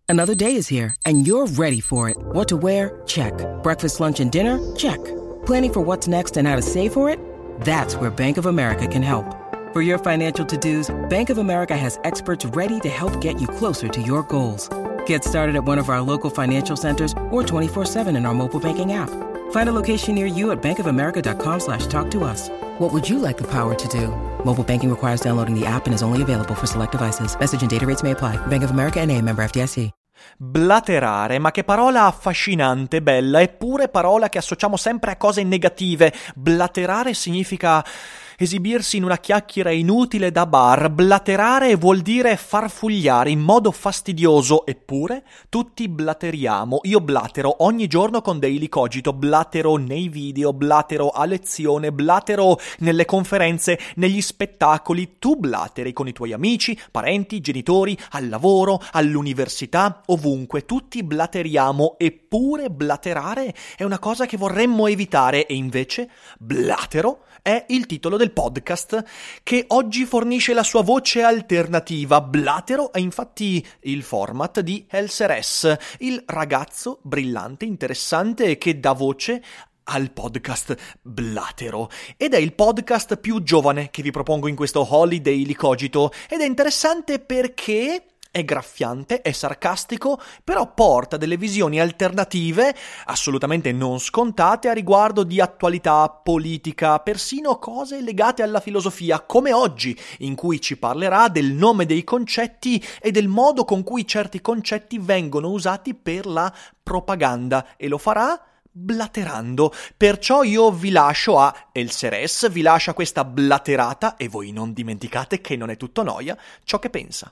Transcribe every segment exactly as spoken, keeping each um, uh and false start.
Another day is here, and you're ready for it. What to wear? Check. Breakfast, lunch, and dinner? Check. Planning for what's next and how to save for it? That's where Bank of America can help. For your financial to-dos, Bank of America has experts ready to help get you closer to your goals. Get started at one of our local financial centers or twenty-four seven in our mobile banking app. Find a location near you at bankofamerica.com slash talk to us. What would you like the power to do? Mobile banking requires downloading the app and is only available for select devices. Message and data rates may apply. Bank of America N A, member F D I C. Blaterare, ma che parola affascinante, bella, eppure parola che associamo sempre a cose negative. Blaterare significa esibirsi in una chiacchiera inutile da bar. Blaterare vuol dire farfugliare in modo fastidioso, eppure tutti blateriamo. Io blatero ogni giorno con Daily Cogito, blatero nei video, blatero a lezione, blatero nelle conferenze, negli spettacoli. Tu blateri con i tuoi amici, parenti, genitori, al lavoro, all'università, ovunque. Tutti blateriamo, eppure blaterare è una cosa che vorremmo evitare e invece blatero è il titolo del podcast che oggi fornisce la sua voce alternativa. Blatero è infatti il format di El Ceres, il ragazzo brillante, interessante che dà voce al podcast Blatero, ed è il podcast più giovane che vi propongo in questo Holiday Cogito, ed è interessante perché è graffiante, è sarcastico, però porta delle visioni alternative assolutamente non scontate a riguardo di attualità politica, persino cose legate alla filosofia, come oggi, in cui ci parlerà del nome dei concetti e del modo con cui certi concetti vengono usati per la propaganda, e lo farà blaterando. Perciò io vi lascio a El Ceres, vi lascio a questa blaterata, e voi non dimenticate che non è tutto noia ciò che pensa.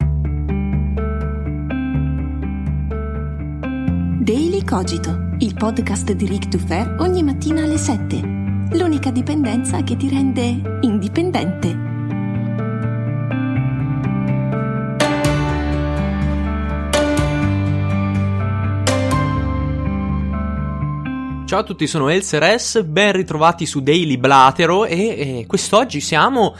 Daily Cogito, il podcast di Rick Dufer ogni mattina alle sette. L'unica dipendenza che ti rende indipendente. Ciao a tutti, sono El Ceres, ben ritrovati su Daily Blatero e, e quest'oggi siamo...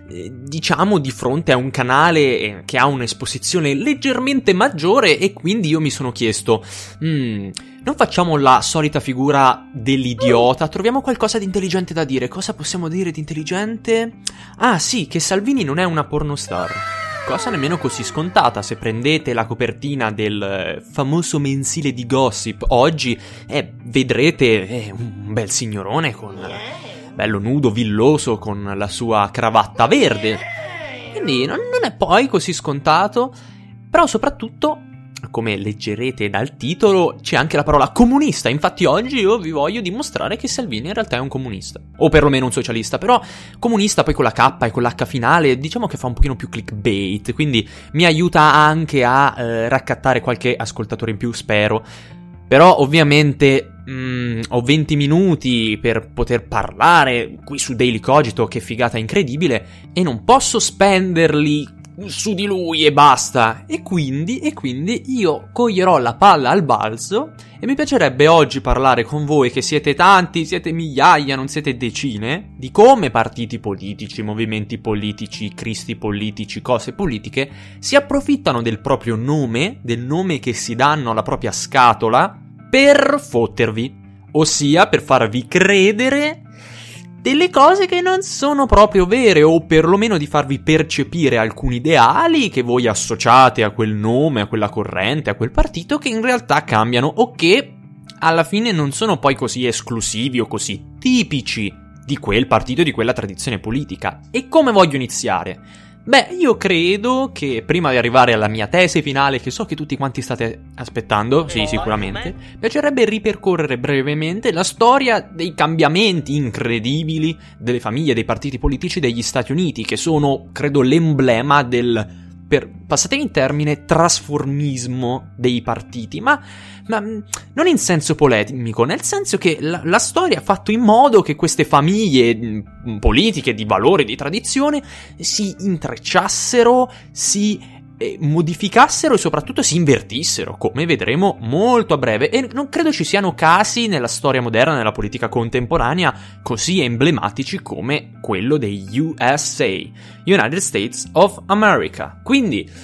diciamo di fronte a un canale che ha un'esposizione leggermente maggiore, e quindi io mi sono chiesto mm, non facciamo la solita figura dell'idiota, troviamo qualcosa di intelligente da dire. Cosa possiamo dire di intelligente? Ah sì, che Salvini non è una pornostar, cosa nemmeno così scontata se prendete la copertina del famoso mensile di Gossip oggi, eh, vedrete eh, un bel signorone con... bello nudo, villoso, con la sua cravatta verde. Quindi non, non è poi così scontato. Però soprattutto, come leggerete dal titolo, c'è anche la parola comunista. Infatti oggi io vi voglio dimostrare che Salvini in realtà è un comunista, o perlomeno un socialista. Però comunista poi con la K e con l'H finale, diciamo che fa un pochino più clickbait, quindi mi aiuta anche a eh, raccattare qualche ascoltatore in più, spero. Però ovviamente mm, ho venti minuti per poter parlare qui su Daily Cogito, che figata incredibile, e non posso spenderli su di lui e basta. E quindi, e quindi io coglierò la palla al balzo e mi piacerebbe oggi parlare con voi, che siete tanti, siete migliaia, non siete decine, di come partiti politici, movimenti politici, cristi politici, cose politiche si approfittano del proprio nome, del nome che si danno alla propria scatola, per fottervi, ossia per farvi credere delle cose che non sono proprio vere, o perlomeno di farvi percepire alcuni ideali che voi associate a quel nome, a quella corrente, a quel partito, che in realtà cambiano, o che alla fine non sono poi così esclusivi o così tipici di quel partito e di quella tradizione politica. E come voglio iniziare? Beh, io credo che prima di arrivare alla mia tesi finale, che so che tutti quanti state aspettando, sì, sicuramente, piacerebbe ripercorrere brevemente la storia dei cambiamenti incredibili delle famiglie, dei partiti politici degli Stati Uniti, che sono, credo, l'emblema del, per, passatemi il termine, trasformismo dei partiti, ma, ma non in senso polemico, nel senso che la, la storia ha fatto in modo che queste famiglie mh, politiche di valore, di tradizione, si intrecciassero, si eh, modificassero e soprattutto si invertissero, come vedremo molto a breve. E non credo ci siano casi nella storia moderna, nella politica contemporanea, così emblematici come quello dei U S A, United States of America. Quindi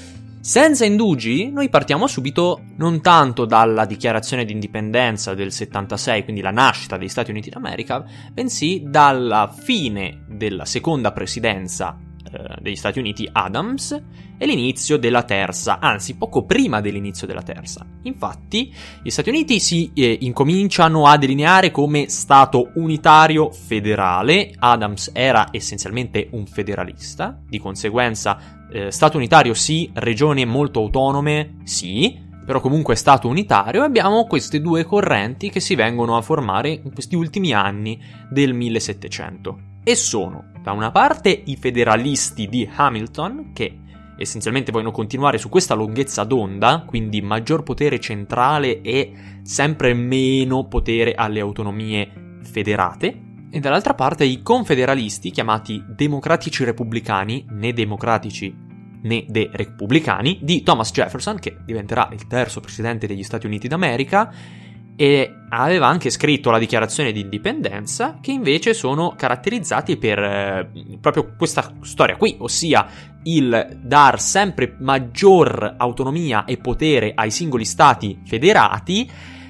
Senza indugi, noi partiamo subito non tanto dalla dichiarazione di indipendenza del settantasei, quindi la nascita degli Stati Uniti d'America, bensì dalla fine della seconda presidenza eh, degli Stati Uniti Adams e l'inizio della terza, anzi poco prima dell'inizio della terza. Infatti, gli Stati Uniti si eh, incominciano a delineare come Stato unitario federale. Adams era essenzialmente un federalista, di conseguenza Eh, Stato unitario sì, regioni molto autonome sì, però comunque Stato unitario. E abbiamo queste due correnti che si vengono a formare in questi ultimi anni del millesettecento. E sono, da una parte, i federalisti di Hamilton, che essenzialmente vogliono continuare su questa lunghezza d'onda, quindi maggior potere centrale e sempre meno potere alle autonomie federate. E dall'altra parte i confederalisti, chiamati democratici repubblicani, né democratici né de repubblicani, di Thomas Jefferson, che diventerà il terzo presidente degli Stati Uniti d'America, e aveva anche scritto la dichiarazione di indipendenza, che invece sono caratterizzati per eh, proprio questa storia qui, ossia il dar sempre maggior autonomia e potere ai singoli stati federati,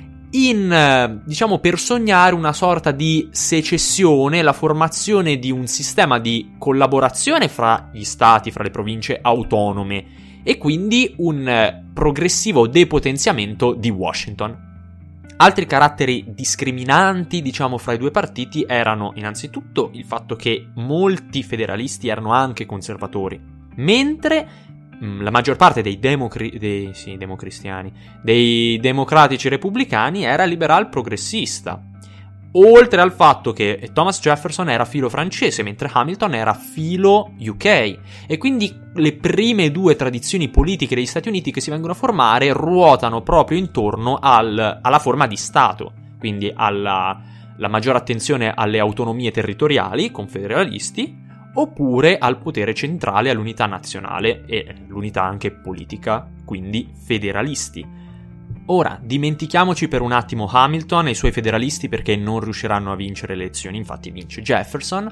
in, diciamo, per sognare una sorta di secessione, la formazione di un sistema di collaborazione fra gli stati, fra le province autonome, e quindi un progressivo depotenziamento di Washington. Altri caratteri discriminanti, diciamo, fra i due partiti erano innanzitutto il fatto che molti federalisti erano anche conservatori, mentre la maggior parte dei, democri- dei sì, democristiani, dei democratici repubblicani era liberal progressista, oltre al fatto che Thomas Jefferson era filo francese, mentre Hamilton era filo U K, e quindi le prime due tradizioni politiche degli Stati Uniti che si vengono a formare ruotano proprio intorno al, alla forma di Stato, quindi alla la maggiore attenzione alle autonomie territoriali, confederalisti, oppure al potere centrale, all'unità nazionale e l'unità anche politica, quindi federalisti. Ora, dimentichiamoci per un attimo Hamilton e i suoi federalisti, perché non riusciranno a vincere le elezioni. Infatti vince Jefferson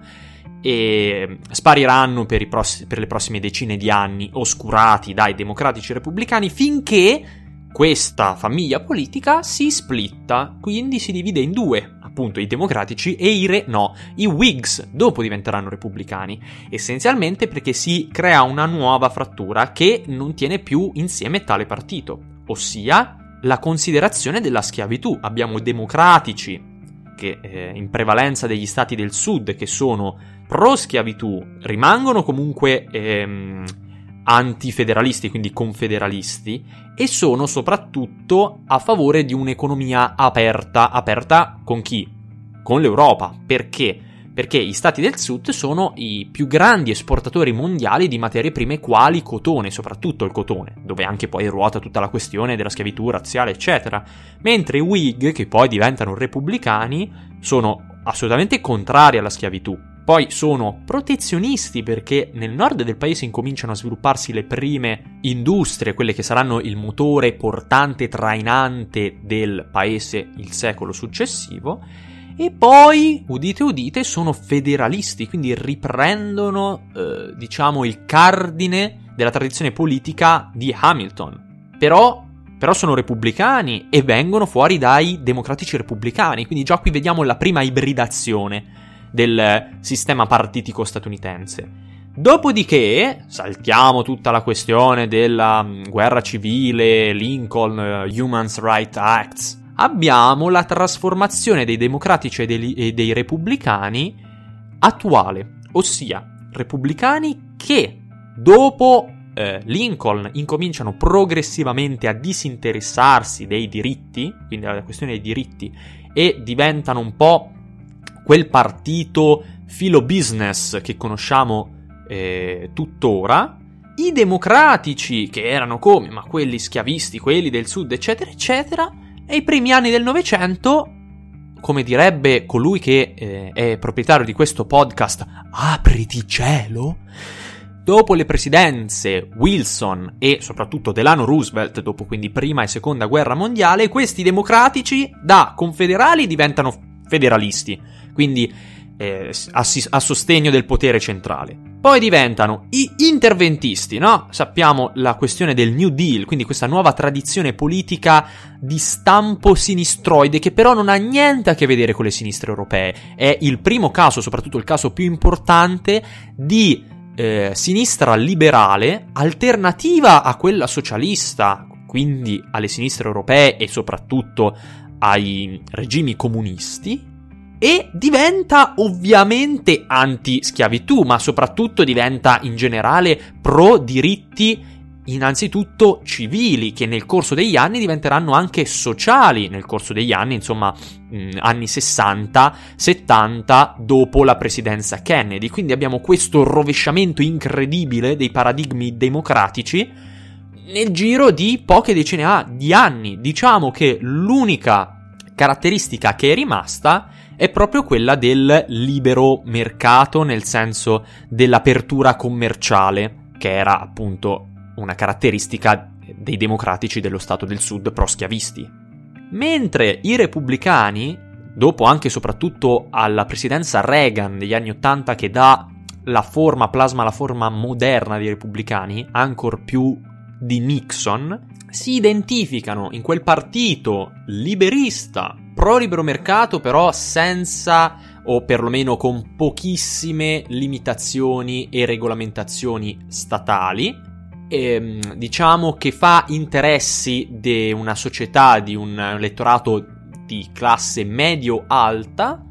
e spariranno per, i pross- per le prossime decine di anni, oscurati dai democratici repubblicani, finché questa famiglia politica si splitta, quindi si divide in due, appunto i democratici e i re no, i Whigs dopo diventeranno repubblicani, essenzialmente perché si crea una nuova frattura che non tiene più insieme tale partito, ossia la considerazione della schiavitù. Abbiamo democratici che eh, in prevalenza degli stati del sud, che sono pro schiavitù, rimangono comunque ehm, antifederalisti, quindi confederalisti, e sono soprattutto a favore di un'economia aperta. Aperta con chi? Con l'Europa. Perché? Perché gli stati del sud sono i più grandi esportatori mondiali di materie prime quali cotone, soprattutto il cotone, dove anche poi ruota tutta la questione della schiavitù razziale, eccetera. Mentre i Whig, che poi diventano repubblicani, sono assolutamente contrari alla schiavitù. Poi sono protezionisti perché nel nord del paese incominciano a svilupparsi le prime industrie, quelle che saranno il motore portante trainante del paese il secolo successivo. E poi, udite udite, sono federalisti, quindi riprendono, eh, diciamo, il cardine della tradizione politica di Hamilton. Però, però sono repubblicani e vengono fuori dai democratici repubblicani, quindi già qui vediamo la prima ibridazione del sistema partitico statunitense. Dopodiché saltiamo tutta la questione della um, guerra civile, Lincoln, uh, Human Rights Act. Abbiamo la trasformazione dei democratici e dei, e dei repubblicani attuale, ossia repubblicani che dopo eh, Lincoln incominciano progressivamente a disinteressarsi dei diritti, quindi la questione dei diritti, e diventano un po' quel partito filo business che conosciamo eh, tuttora. I democratici, che erano come, ma quelli schiavisti, quelli del sud, eccetera, eccetera, e i primi anni del Novecento, come direbbe colui che eh, è proprietario di questo podcast, apriti cielo, dopo le presidenze Wilson e soprattutto Delano Roosevelt, dopo quindi prima e seconda guerra mondiale, questi democratici da confederali diventano federalisti. Quindi eh, a, a sostegno del potere centrale. Poi diventano i interventisti, no? Sappiamo la questione del New Deal, quindi questa nuova tradizione politica di stampo sinistroide che però non ha niente a che vedere con le sinistre europee. È il primo caso, soprattutto il caso più importante, di eh, sinistra liberale alternativa a quella socialista, quindi alle sinistre europee e soprattutto ai regimi comunisti. E diventa ovviamente anti-schiavitù, ma soprattutto diventa in generale pro-diritti innanzitutto civili, che nel corso degli anni diventeranno anche sociali, nel corso degli anni, insomma, mh, anni sessanta settanta, dopo la presidenza Kennedy. Quindi abbiamo questo rovesciamento incredibile dei paradigmi democratici nel giro di poche decine di anni. Diciamo che l'unica caratteristica che è rimasta è proprio quella del libero mercato, nel senso dell'apertura commerciale, che era appunto una caratteristica dei democratici dello Stato del Sud pro-schiavisti. Mentre i repubblicani, dopo anche e soprattutto alla presidenza Reagan negli anni ottanta, che dà la forma, plasma la forma moderna dei repubblicani, ancor più di Nixon, si identificano in quel partito liberista, pro-libero mercato, però senza, o perlomeno con pochissime limitazioni e regolamentazioni statali, e, diciamo che fa interessi di una società, di un elettorato di classe medio-alta,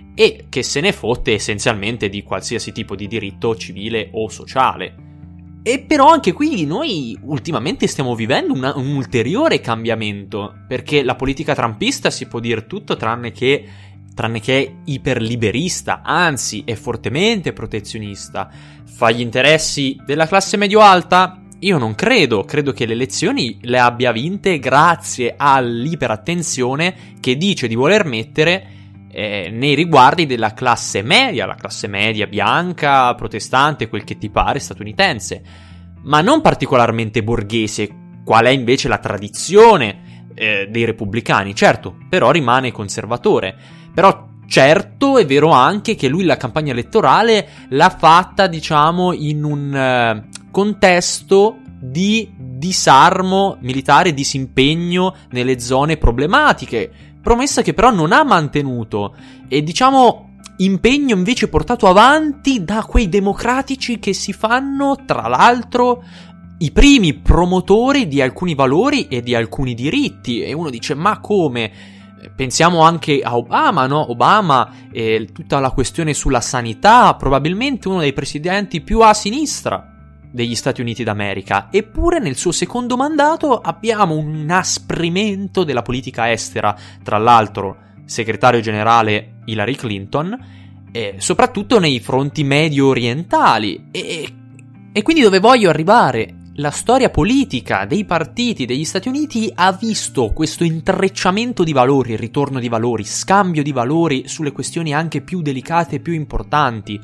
e che se ne fotte essenzialmente di qualsiasi tipo di diritto civile o sociale. E però anche qui noi ultimamente stiamo vivendo una, un ulteriore cambiamento, perché la politica trumpista si può dire tutto tranne che, tranne che è iperliberista, anzi è fortemente protezionista. Fa gli interessi della classe medio-alta? Io non credo, credo che le elezioni le abbia vinte grazie all'iperattenzione che dice di voler mettere eh, nei riguardi della classe media, la classe media bianca, protestante, quel che ti pare, statunitense, ma non particolarmente borghese, qual è invece la tradizione eh, dei repubblicani. Certo, però rimane conservatore. Però certo è vero anche che lui la campagna elettorale l'ha fatta, diciamo, in un eh, contesto di disarmo militare, disimpegno nelle zone problematiche, promessa che però non ha mantenuto, e diciamo impegno invece portato avanti da quei democratici che si fanno, tra l'altro, i primi promotori di alcuni valori e di alcuni diritti. E uno dice: ma come? Pensiamo anche a Obama, no? Obama e tutta la questione sulla sanità, probabilmente uno dei presidenti più a sinistra degli Stati Uniti d'America, eppure nel suo secondo mandato abbiamo un inasprimento della politica estera, tra l'altro segretario generale Hillary Clinton, e soprattutto nei fronti medio orientali. E, e quindi dove voglio arrivare? La storia politica dei partiti degli Stati Uniti ha visto questo intrecciamento di valori, ritorno di valori, scambio di valori sulle questioni anche più delicate e più importanti,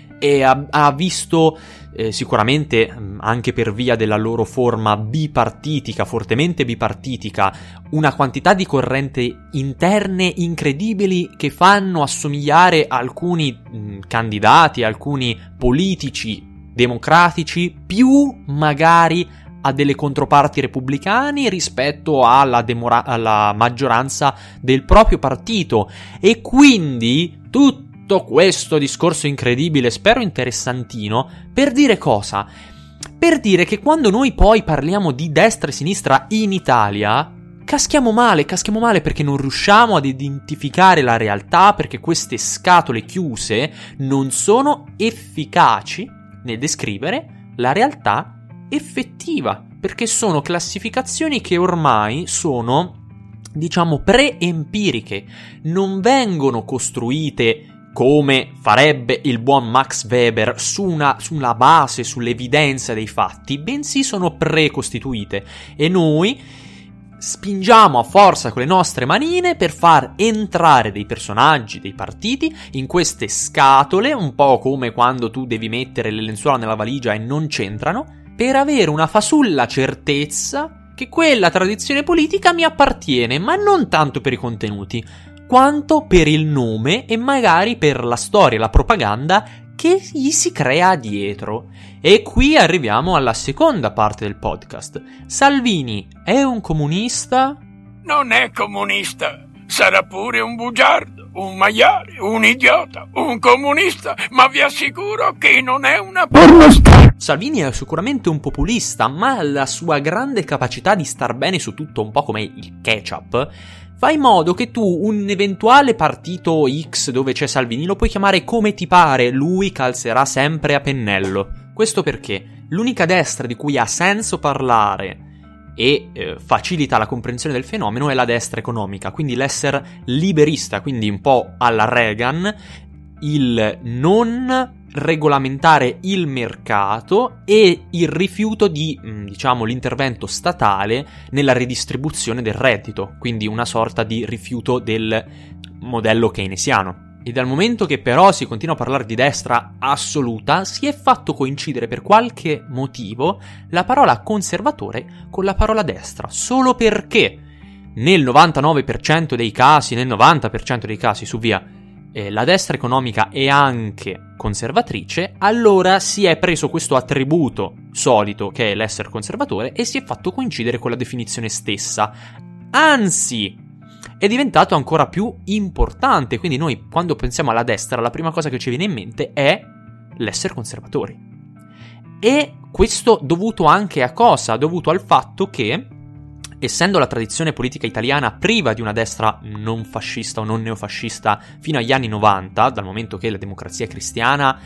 e ha, ha visto eh, sicuramente anche per via della loro forma bipartitica, fortemente bipartitica, una quantità di correnti interne incredibili che fanno assomigliare alcuni mh, candidati, alcuni politici democratici più magari a delle controparti repubblicani rispetto alla, demora- alla maggioranza del proprio partito. E quindi tutto questo discorso incredibile, spero interessantino, per dire cosa? Per dire che quando noi poi parliamo di destra e sinistra in Italia, caschiamo male, caschiamo male perché non riusciamo ad identificare la realtà, perché queste scatole chiuse non sono efficaci nel descrivere la realtà effettiva, perché sono classificazioni che ormai sono, diciamo, pre-empiriche, non vengono costruite come farebbe il buon Max Weber su una, sulla base, sull'evidenza dei fatti, bensì sono precostituite, e noi spingiamo a forza con le nostre manine per far entrare dei personaggi, dei partiti in queste scatole, un po' come quando tu devi mettere le lenzuola nella valigia e non c'entrano, per avere una fasulla certezza che quella tradizione politica mi appartiene, ma non tanto per i contenuti, quanto per il nome e magari per la storia, la propaganda che gli si crea dietro. E qui arriviamo alla seconda parte del podcast. Salvini è un comunista? Non è comunista, sarà pure un bugiardo, un maiale, un idiota, un comunista, ma vi assicuro che non è una pornostar. Salvini è sicuramente un populista, ma la sua grande capacità di star bene su tutto, un po' come il ketchup, fa in modo che tu un eventuale partito X dove c'è Salvini lo puoi chiamare come ti pare, lui calzerà sempre a pennello. Questo perché l'unica destra di cui ha senso parlare e eh, facilita la comprensione del fenomeno è la destra economica, quindi l'essere liberista, quindi un po' alla Reagan, il non regolamentare il mercato e il rifiuto di, diciamo, l'intervento statale nella ridistribuzione del reddito, quindi una sorta di rifiuto del modello keynesiano. E dal momento che però si continua a parlare di destra assoluta, si è fatto coincidere per qualche motivo la parola conservatore con la parola destra, solo perché nel novantanove per cento dei casi, nel novanta per cento dei casi su via, eh, la destra economica è anche conservatrice, allora si è preso questo attributo solito che è l'essere conservatore e si è fatto coincidere con la definizione stessa. Anzi, è diventato ancora più importante, quindi noi quando pensiamo alla destra la prima cosa che ci viene in mente è l'essere conservatori. E questo dovuto anche a cosa? Dovuto al fatto che, essendo la tradizione politica italiana priva di una destra non fascista o non neofascista fino agli anni novanta, dal momento che la Democrazia Cristiana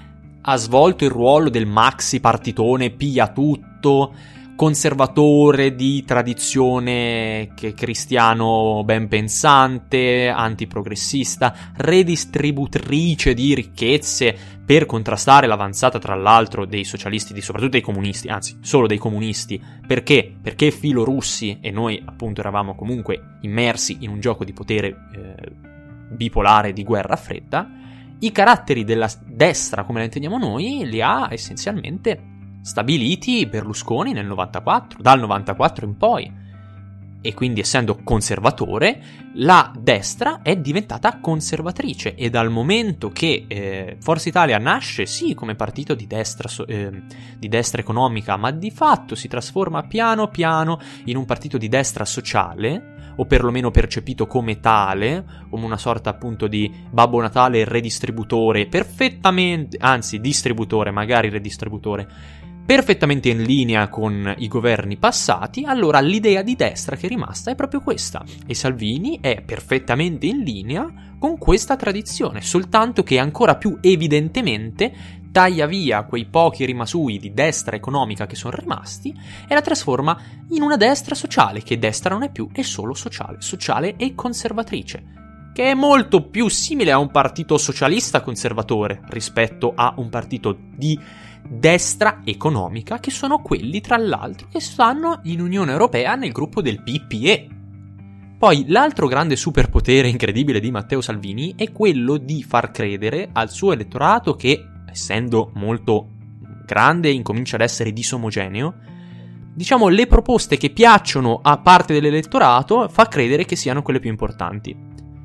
ha svolto il ruolo del maxi partitone piglia tutto, conservatore di tradizione che cristiano ben pensante, antiprogressista, redistributrice di ricchezze per contrastare l'avanzata tra l'altro dei socialisti, di, soprattutto dei comunisti, anzi solo dei comunisti. Perché? Perché filorussi e noi appunto eravamo comunque immersi in un gioco di potere eh, bipolare di guerra fredda. I caratteri della destra come la intendiamo noi li ha essenzialmente stabiliti Berlusconi nel novantaquattro, dal novantaquattro in poi, e quindi essendo conservatore la destra è diventata conservatrice, e dal momento che eh, Forza Italia nasce sì come partito di destra, eh, di destra economica, ma di fatto si trasforma piano piano in un partito di destra sociale, o perlomeno percepito come tale, come una sorta appunto di Babbo Natale redistributore, perfettamente, anzi distributore, magari redistributore, perfettamente in linea con i governi passati. Allora l'idea di destra che è rimasta è proprio questa, e Salvini è perfettamente in linea con questa tradizione, soltanto che ancora più evidentemente taglia via quei pochi rimasui di destra economica che sono rimasti e la trasforma in una destra sociale, che destra non è più, è solo sociale, sociale e conservatrice, che è molto più simile a un partito socialista conservatore rispetto a un partito di destra economica, che sono quelli tra l'altro che stanno in Unione Europea nel gruppo del P P E. Poi l'altro grande superpotere incredibile di Matteo Salvini è quello di far credere al suo elettorato che, essendo molto grande, incomincia ad essere disomogeneo, diciamo le proposte che piacciono a parte dell'elettorato fa credere che siano quelle più importanti.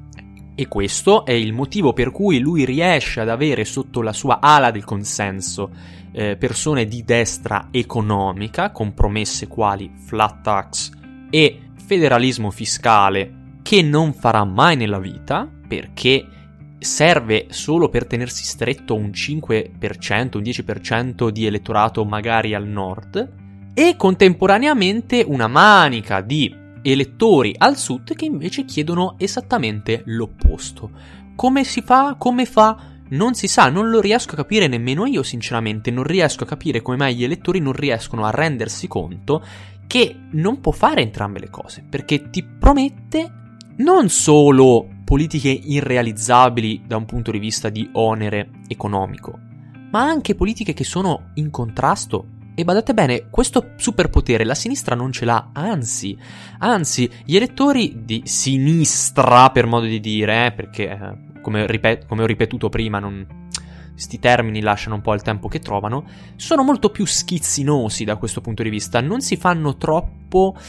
E questo è il motivo per cui lui riesce ad avere sotto la sua ala del consenso eh, persone di destra economica, con promesse quali flat tax e federalismo fiscale, che non farà mai nella vita, perché serve solo per tenersi stretto un cinque per cento, un dieci per cento di elettorato magari al nord, e contemporaneamente una manica di elettori al sud che invece chiedono esattamente l'opposto. Come si fa? Come fa? Non si sa, non lo riesco a capire nemmeno io sinceramente, non riesco a capire come mai gli elettori non riescono a rendersi conto che non può fare entrambe le cose, perché ti promette non solo politiche irrealizzabili da un punto di vista di onere economico, ma anche politiche che sono in contrasto. E badate bene, questo superpotere la sinistra non ce l'ha, anzi, anzi, gli elettori di sinistra, per modo di dire, eh, perché eh, come, ripet- come ho ripetuto prima, non, sti termini lasciano un po' il tempo che trovano, sono molto più schizzinosi da questo punto di vista, non si fanno troppo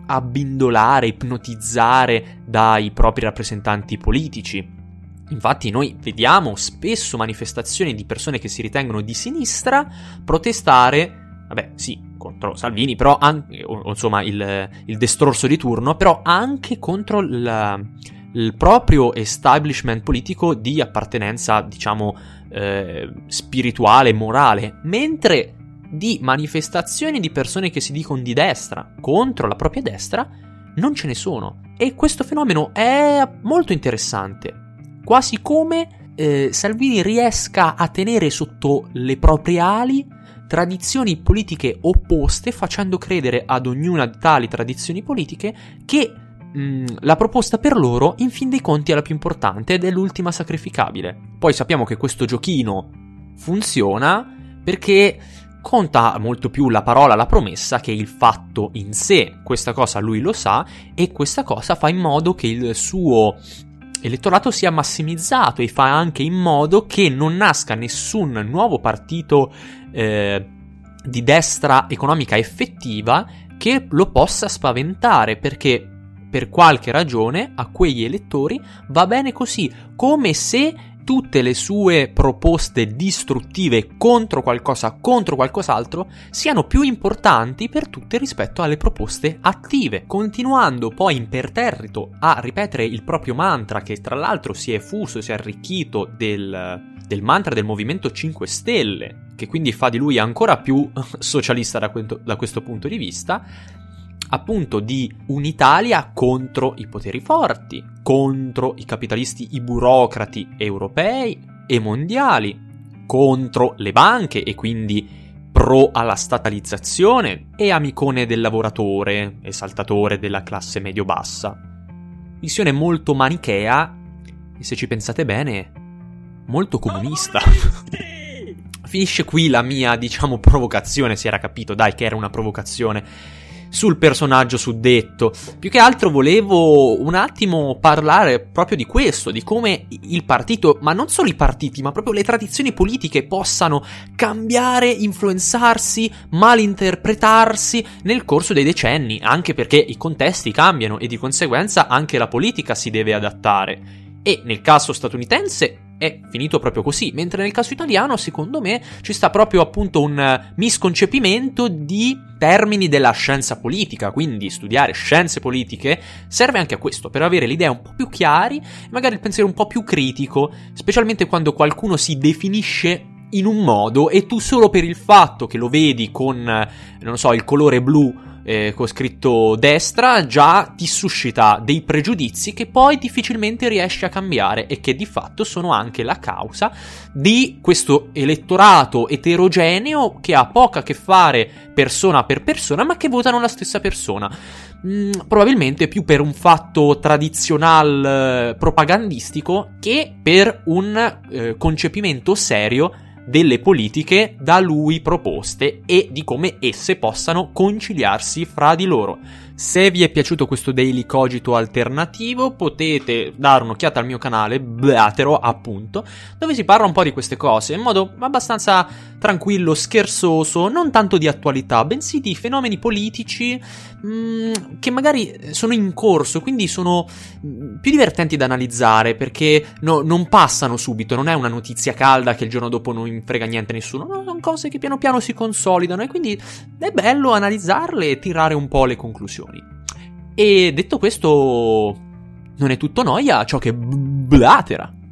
abbindolare, ipnotizzare dai propri rappresentanti politici. Infatti noi vediamo spesso manifestazioni di persone che si ritengono di sinistra protestare, vabbè sì, contro Salvini, però anche, o, insomma il, il destrorso di turno, però anche contro la, il proprio establishment politico di appartenenza, diciamo, eh, spirituale, morale, mentre di manifestazioni di persone che si dicono di destra contro la propria destra non ce ne sono. E questo fenomeno è molto interessante. Quasi come eh, Salvini riesca a tenere sotto le proprie ali tradizioni politiche opposte, facendo credere ad ognuna di tali tradizioni politiche che mh, la proposta per loro, in fin dei conti, è la più importante ed è l'ultima sacrificabile. Poi sappiamo che questo giochino funziona perché conta molto più la parola, la promessa, che il fatto in sé. Questa cosa lui lo sa e questa cosa fa in modo che il suo elettorato sia massimizzato e fa anche in modo che non nasca nessun nuovo partito eh, di destra economica effettiva che lo possa spaventare, perché per qualche ragione a quegli elettori va bene così, come se tutte le sue proposte distruttive contro qualcosa, contro qualcos'altro, siano più importanti per tutte rispetto alle proposte attive, continuando poi imperterrito a ripetere il proprio mantra, che tra l'altro si è fuso, si è arricchito del, del mantra del Movimento cinque Stelle, che quindi fa di lui ancora più socialista da, questo, da questo punto di vista, appunto di un'Italia contro i poteri forti, contro i capitalisti, i burocrati europei e mondiali, contro le banche e quindi pro alla statalizzazione e amicone del lavoratore, esaltatore della classe medio-bassa. Visione molto manichea e, se ci pensate bene, molto comunista. Finisce qui la mia, diciamo, provocazione, si era capito, dai, che era una provocazione sul personaggio suddetto. Più che altro volevo un attimo parlare proprio di questo, di come il partito, ma non solo i partiti, ma proprio le tradizioni politiche possano cambiare, influenzarsi, malinterpretarsi nel corso dei decenni, anche perché i contesti cambiano e di conseguenza anche la politica si deve adattare. E nel caso statunitense è finito proprio così, mentre nel caso italiano, secondo me, ci sta proprio appunto un misconcepimento di termini della scienza politica. Quindi studiare scienze politiche serve anche a questo, per avere le idee un po' più chiari e magari il pensiero un po' più critico, specialmente quando qualcuno si definisce in un modo e tu, solo per il fatto che lo vedi con, non so, il colore blu Eh, con scritto destra, già ti suscita dei pregiudizi che poi difficilmente riesci a cambiare e che di fatto sono anche la causa di questo elettorato eterogeneo che ha poco a che fare persona per persona, ma che votano la stessa persona. Mm, probabilmente più per un fatto tradizional eh, propagandistico che per un eh, concepimento serio delle politiche da lui proposte e di come esse possano conciliarsi fra di loro. Se vi è piaciuto questo Daily Cogito alternativo, potete dare un'occhiata al mio canale, Blatero appunto, dove si parla un po' di queste cose in modo abbastanza tranquillo, scherzoso, non tanto di attualità, bensì di fenomeni politici mh, che magari sono in corso, quindi sono mh, più divertenti da analizzare, perché no, non passano subito, non è una notizia calda che il giorno dopo non frega niente a nessuno, no, sono cose che piano piano si consolidano e quindi è bello analizzarle e tirare un po' le conclusioni. E detto questo, non è tutto noia ciò che blatera.